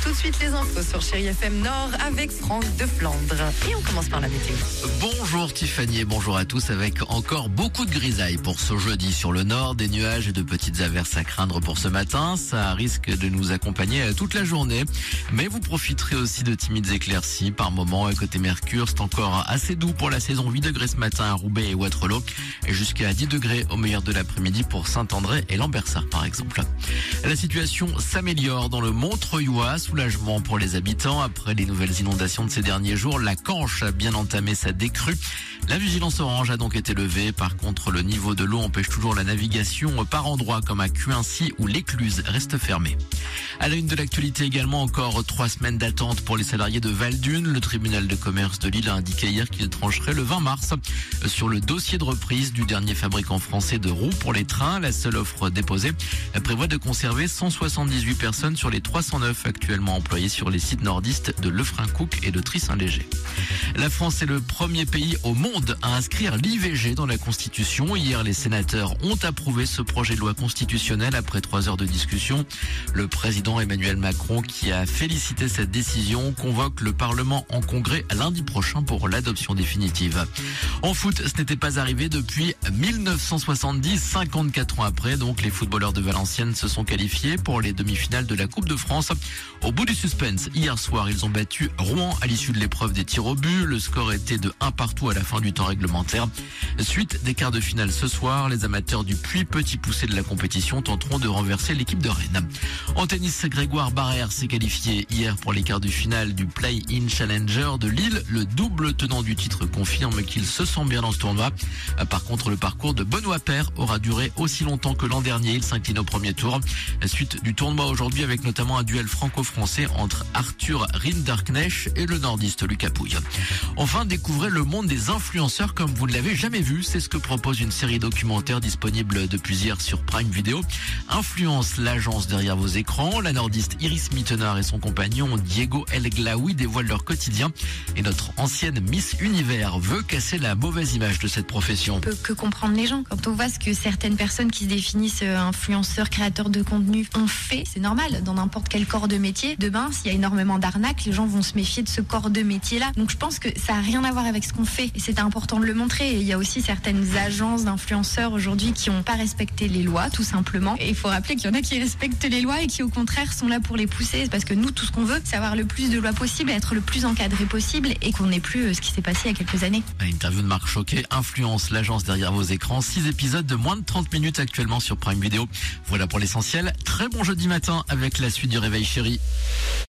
Tout de suite les infos sur Chérie FM Nord avec Franck de Flandre. Et on commence par la météo. Bonjour Tiffany et bonjour à tous, avec encore beaucoup de grisailles pour ce jeudi sur le nord, des nuages et de petites averses à craindre pour ce matin. Ça risque de nous accompagner toute la journée, mais vous profiterez aussi de timides éclaircies par moments. Côté Mercure, c'est encore assez doux pour la saison, 8 degrés ce matin à Roubaix et Waterloo, et jusqu'à 10 degrés au meilleur de l'après-midi pour Saint-André et Lambersart par exemple. La situation s'améliore dans le Montreuillois, soulagement pour les habitants après les nouvelles inondations de ces derniers jours. La Canche a bien entamé sa décrue. La vigilance orange a donc été levée. Par contre, le niveau de l'eau empêche toujours la navigation par endroits comme à Cuincy où l'écluse reste fermée. À la une de l'actualité également, encore 3 semaines d'attente pour les salariés de Val-d'Une. Le tribunal de commerce de Lille a indiqué hier qu'il trancherait le 20 mars sur le dossier de reprise du dernier fabricant français de roues pour les trains. La seule offre déposée prévoit de conserver 178 personnes sur les 309 actuellement employés sur les sites nordistes de Lefrancouc et de Tris-Saint-Léger. La France est le premier pays au monde à inscrire l'IVG dans la Constitution. Hier, les sénateurs ont approuvé ce projet de loi constitutionnelle après 3 heures de discussion. Le président Emmanuel Macron, qui a félicité cette décision, convoque le Parlement en congrès lundi prochain pour l'adoption définitive. En foot, ce n'était pas arrivé depuis 1970, 54 ans après. Donc, les footballeurs de Valenciennes se sont qualifiés pour les demi-finales de la Coupe de France. Au bout du suspense, hier soir, ils ont battu Rouen à l'issue de l'épreuve des tirs au but. Le score était de 1-1 à la fin du temps réglementaire. Suite des quarts de finale ce soir, les amateurs du Puy Petit Poussé de la compétition tenteront de renverser l'équipe de Rennes. En tennis, Grégoire Barrère s'est qualifié hier pour les quarts de finale du Play-in Challenger de Lille. Le double tenant du titre confirme qu'il se sent bien dans ce tournoi. Par contre, le parcours de Benoît Paire aura duré aussi longtemps que l'an dernier. Il s'incline au premier tour. Suite du tournoi aujourd'hui avec notamment un duel franco-français entre Arthur Rinderknecht et le nordiste Lucas Pouille. Enfin, découvrez le monde des influenceurs comme vous ne l'avez jamais vu. C'est ce que propose une série documentaire disponible depuis hier sur Prime Video. Influence, l'agence derrière vos écrans. La nordiste Iris Mittenard et son compagnon Diego El Glaoui dévoilent leur quotidien. Et notre ancienne Miss Univers veut casser la mauvaise image de cette profession. On peut que comprendre les gens. Quand on voit ce que certaines personnes qui se définissent influenceurs, créateurs de contenu ont fait, c'est normal. Dans n'importe quel corps de métier, demain, s'il y a énormément d'arnaques, les gens vont se méfier de ce corps de métier-là. Donc je pense que ça n'a rien à voir avec ce qu'on fait. Et c'est important de le montrer. Et il y a aussi certaines agences d'influenceurs aujourd'hui qui n'ont pas respecté les lois, tout simplement. Et il faut rappeler qu'il y en a qui respectent les lois et qui, au contraire, sont là pour les pousser. Parce que nous, tout ce qu'on veut, c'est avoir le plus de lois possible, être le plus encadré possible et qu'on n'ait plus ce qui s'est passé il y a quelques années. Interview de Marc Choquet, Influence, l'agence derrière vos écrans. 6 épisodes de moins de 30 minutes actuellement sur Prime Video. Voilà pour l'essentiel. Très bon jeudi matin avec la suite du Réveil Chéri.